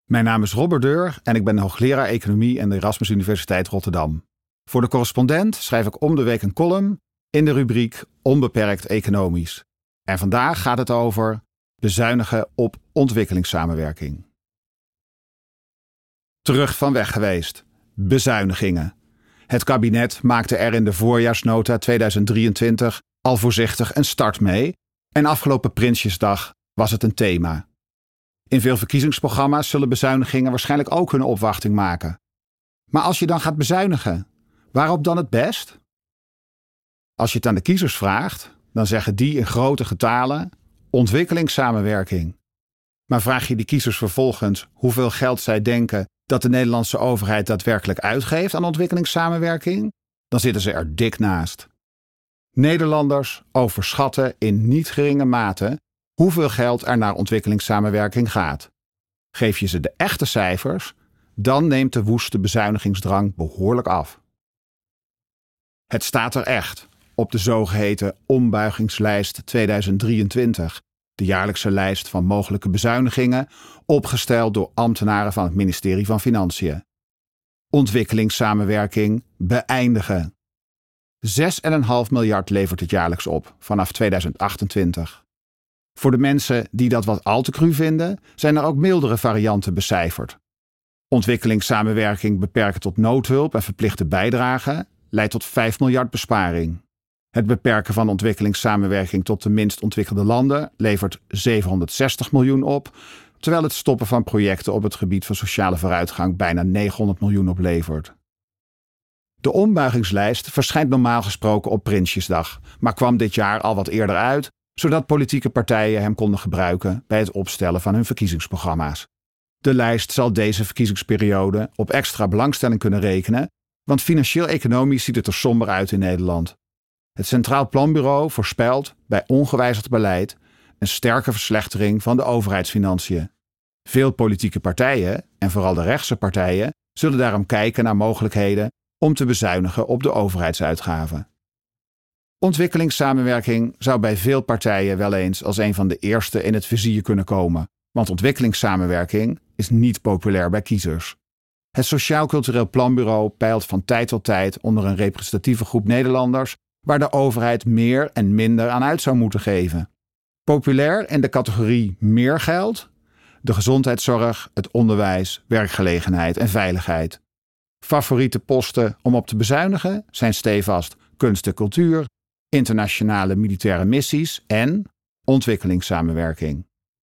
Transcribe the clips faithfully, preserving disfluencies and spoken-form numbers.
Mijn naam is Robert Deur en ik ben hoogleraar economie aan de Erasmus Universiteit Rotterdam. Voor de correspondent schrijf ik om de week een column in de rubriek Onbeperkt Economisch. En vandaag gaat het over bezuinigen op ontwikkelingssamenwerking. Terug van weg geweest. Bezuinigingen. Het kabinet maakte er in de voorjaarsnota tweeduizend drieëntwintig al voorzichtig een start mee en afgelopen Prinsjesdag was het een thema. In veel verkiezingsprogramma's zullen bezuinigingen waarschijnlijk ook hun opwachting maken. Maar als je dan gaat bezuinigen, waarop dan het best? Als je het aan de kiezers vraagt, dan zeggen die in grote getalen ontwikkelingssamenwerking. Maar vraag je die kiezers vervolgens hoeveel geld zij denken dat de Nederlandse overheid daadwerkelijk uitgeeft aan ontwikkelingssamenwerking, dan zitten ze er dik naast. Nederlanders overschatten in niet geringe mate hoeveel geld er naar ontwikkelingssamenwerking gaat. Geef je ze de echte cijfers, dan neemt de woeste bezuinigingsdrang behoorlijk af. Het staat er echt op de zogeheten ombuigingslijst tweeduizend drieëntwintig, de jaarlijkse lijst van mogelijke bezuinigingen, opgesteld door ambtenaren van het ministerie van Financiën. Ontwikkelingssamenwerking beëindigen. zes komma vijf miljard levert het jaarlijks op vanaf tweeduizend achtentwintig. Voor de mensen die dat wat al te cru vinden, zijn er ook mildere varianten becijferd. Ontwikkelingssamenwerking beperken tot noodhulp en verplichte bijdragen leidt tot vijf miljard besparing. Het beperken van ontwikkelingssamenwerking tot de minst ontwikkelde landen levert zevenhonderdzestig miljoen op, terwijl het stoppen van projecten op het gebied van sociale vooruitgang bijna negenhonderd miljoen oplevert. De ombuigingslijst verschijnt normaal gesproken op Prinsjesdag, maar kwam dit jaar al wat eerder uit, zodat politieke partijen hem konden gebruiken bij het opstellen van hun verkiezingsprogramma's. De lijst zal deze verkiezingsperiode op extra belangstelling kunnen rekenen, want financieel-economisch ziet het er somber uit in Nederland. Het Centraal Planbureau voorspelt bij ongewijzigd beleid een sterke verslechtering van de overheidsfinanciën. Veel politieke partijen, en vooral de rechtse partijen, zullen daarom kijken naar mogelijkheden om te bezuinigen op de overheidsuitgaven. Ontwikkelingssamenwerking zou bij veel partijen wel eens als een van de eerste in het vizier kunnen komen, want ontwikkelingssamenwerking is niet populair bij kiezers. Het Sociaal Cultureel Planbureau peilt van tijd tot tijd onder een representatieve groep Nederlanders waar de overheid meer en minder aan uit zou moeten geven. Populair in de categorie meer geld, de gezondheidszorg, het onderwijs, werkgelegenheid en veiligheid. Favoriete posten om op te bezuinigen zijn stevast kunst en cultuur, internationale militaire missies en ontwikkelingssamenwerking.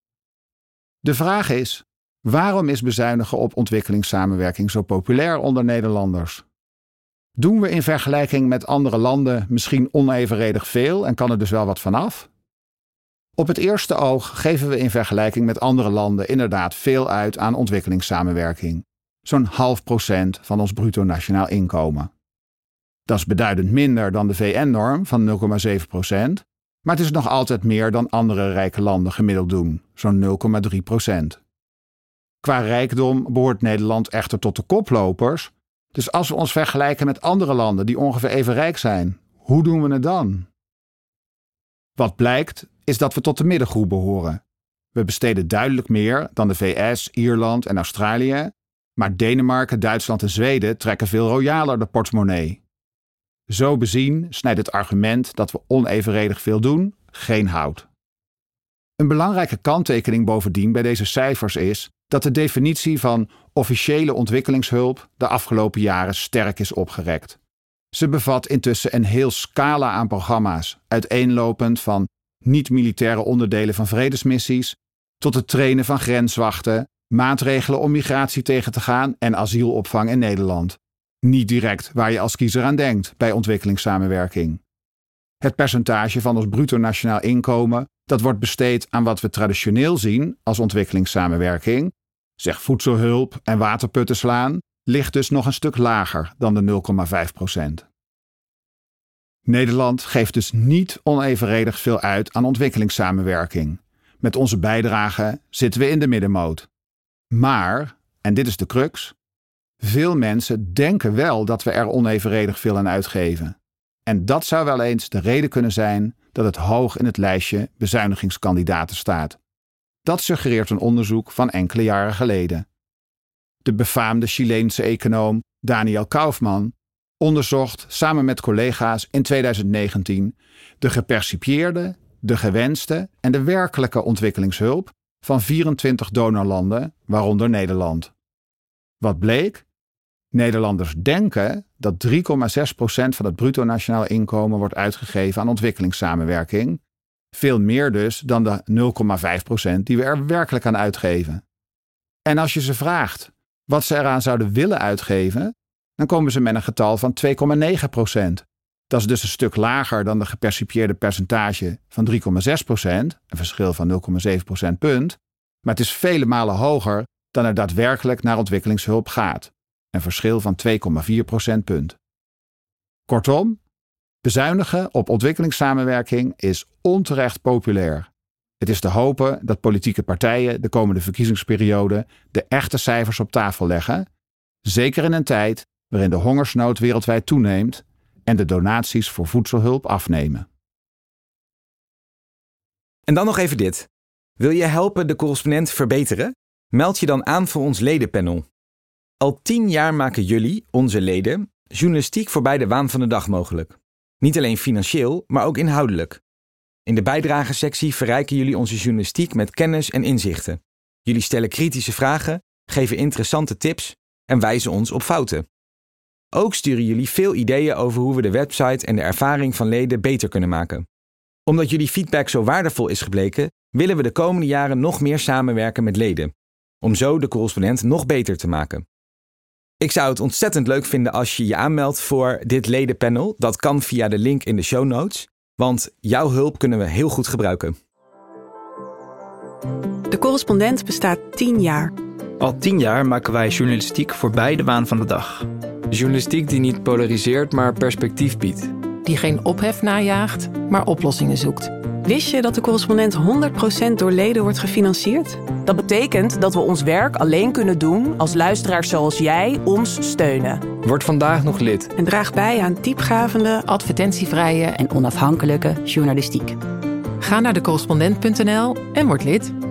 De vraag is, waarom is bezuinigen op ontwikkelingssamenwerking zo populair onder Nederlanders? Doen we in vergelijking met andere landen misschien onevenredig veel en kan er dus wel wat vanaf? Op het eerste oog geven we in vergelijking met andere landen inderdaad veel uit aan ontwikkelingssamenwerking. Zo'n half procent van ons bruto nationaal inkomen. Dat is beduidend minder dan de V N-norm van nul komma zeven procent, maar het is nog altijd meer dan andere rijke landen gemiddeld doen, zo'n nul komma drie procent. Qua rijkdom behoort Nederland echter tot de koplopers, dus als we ons vergelijken met andere landen die ongeveer even rijk zijn, hoe doen we het dan? Wat blijkt is dat we tot de middengroep behoren. We besteden duidelijk meer dan de V S, Ierland en Australië, maar Denemarken, Duitsland en Zweden trekken veel royaler de portemonnee. Zo bezien snijdt het argument dat we onevenredig veel doen geen hout. Een belangrijke kanttekening bovendien bij deze cijfers is dat de definitie van officiële ontwikkelingshulp de afgelopen jaren sterk is opgerekt. Ze bevat intussen een heel scala aan programma's, uiteenlopend van niet-militaire onderdelen van vredesmissies tot het trainen van grenswachten, maatregelen om migratie tegen te gaan en asielopvang in Nederland. Niet direct waar je als kiezer aan denkt bij ontwikkelingssamenwerking. Het percentage van ons bruto nationaal inkomen dat wordt besteed aan wat we traditioneel zien als ontwikkelingssamenwerking, zeg voedselhulp en waterputten slaan, ligt dus nog een stuk lager dan de nul komma vijf procent. Nederland geeft dus niet onevenredig veel uit aan ontwikkelingssamenwerking. Met onze bijdrage zitten we in de middenmoot. Maar, en dit is de crux, veel mensen denken wel dat we er onevenredig veel aan uitgeven. En dat zou wel eens de reden kunnen zijn dat het hoog in het lijstje bezuinigingskandidaten staat. Dat suggereert een onderzoek van enkele jaren geleden. de befaamde Chileense econoom Daniel Kaufman, onderzocht samen met collega's in tweeduizend negentien de gepercipieerde, de gewenste en de werkelijke ontwikkelingshulp van vierentwintig donorlanden, waaronder Nederland. Wat bleek? Nederlanders denken dat drie komma zes procent van het bruto nationaal inkomen wordt uitgegeven aan ontwikkelingssamenwerking. Veel meer dus dan de nul komma vijf procent die we er werkelijk aan uitgeven. En als je ze vraagt wat ze eraan zouden willen uitgeven, dan komen ze met een getal van twee komma negen procent. Dat is dus een stuk lager dan de gepercipieerde percentage van drie komma zes procent, een verschil van nul komma zeven procentpunt, maar het is vele malen hoger dan er daadwerkelijk naar ontwikkelingshulp gaat, een verschil van twee komma vier procentpunt. Kortom, bezuinigen op ontwikkelingssamenwerking is onterecht populair. Het is te hopen dat politieke partijen de komende verkiezingsperiode de echte cijfers op tafel leggen, zeker in een tijd waarin de hongersnood wereldwijd toeneemt en de donaties voor voedselhulp afnemen. En dan nog even dit. Wil je helpen de correspondent verbeteren? Meld je dan aan voor ons ledenpanel. Al tien jaar maken jullie, onze leden, journalistiek voorbij de waan van de dag mogelijk. Niet alleen financieel, maar ook inhoudelijk. In de bijdragensectie verrijken jullie onze journalistiek met kennis en inzichten. Jullie stellen kritische vragen, geven interessante tips en wijzen ons op fouten. Ook sturen jullie veel ideeën over hoe we de website en de ervaring van leden beter kunnen maken. Omdat jullie feedback zo waardevol is gebleken, willen we de komende jaren nog meer samenwerken met leden. Om zo de correspondent nog beter te maken. Ik zou het ontzettend leuk vinden als je je aanmeldt voor dit ledenpanel. Dat kan via de link in de show notes. Want jouw hulp kunnen we heel goed gebruiken. De Correspondent bestaat tien jaar. Al tien jaar maken wij journalistiek voorbij de waan van de dag. Journalistiek die niet polariseert, maar perspectief biedt. Die geen ophef najaagt, maar oplossingen zoekt. Wist je dat de Correspondent honderd procent door leden wordt gefinancierd? Dat betekent dat we ons werk alleen kunnen doen als luisteraars zoals jij ons steunen. Word vandaag nog lid. En draag bij aan diepgravende, advertentievrije en onafhankelijke journalistiek. Ga naar de correspondent punt n l en word lid.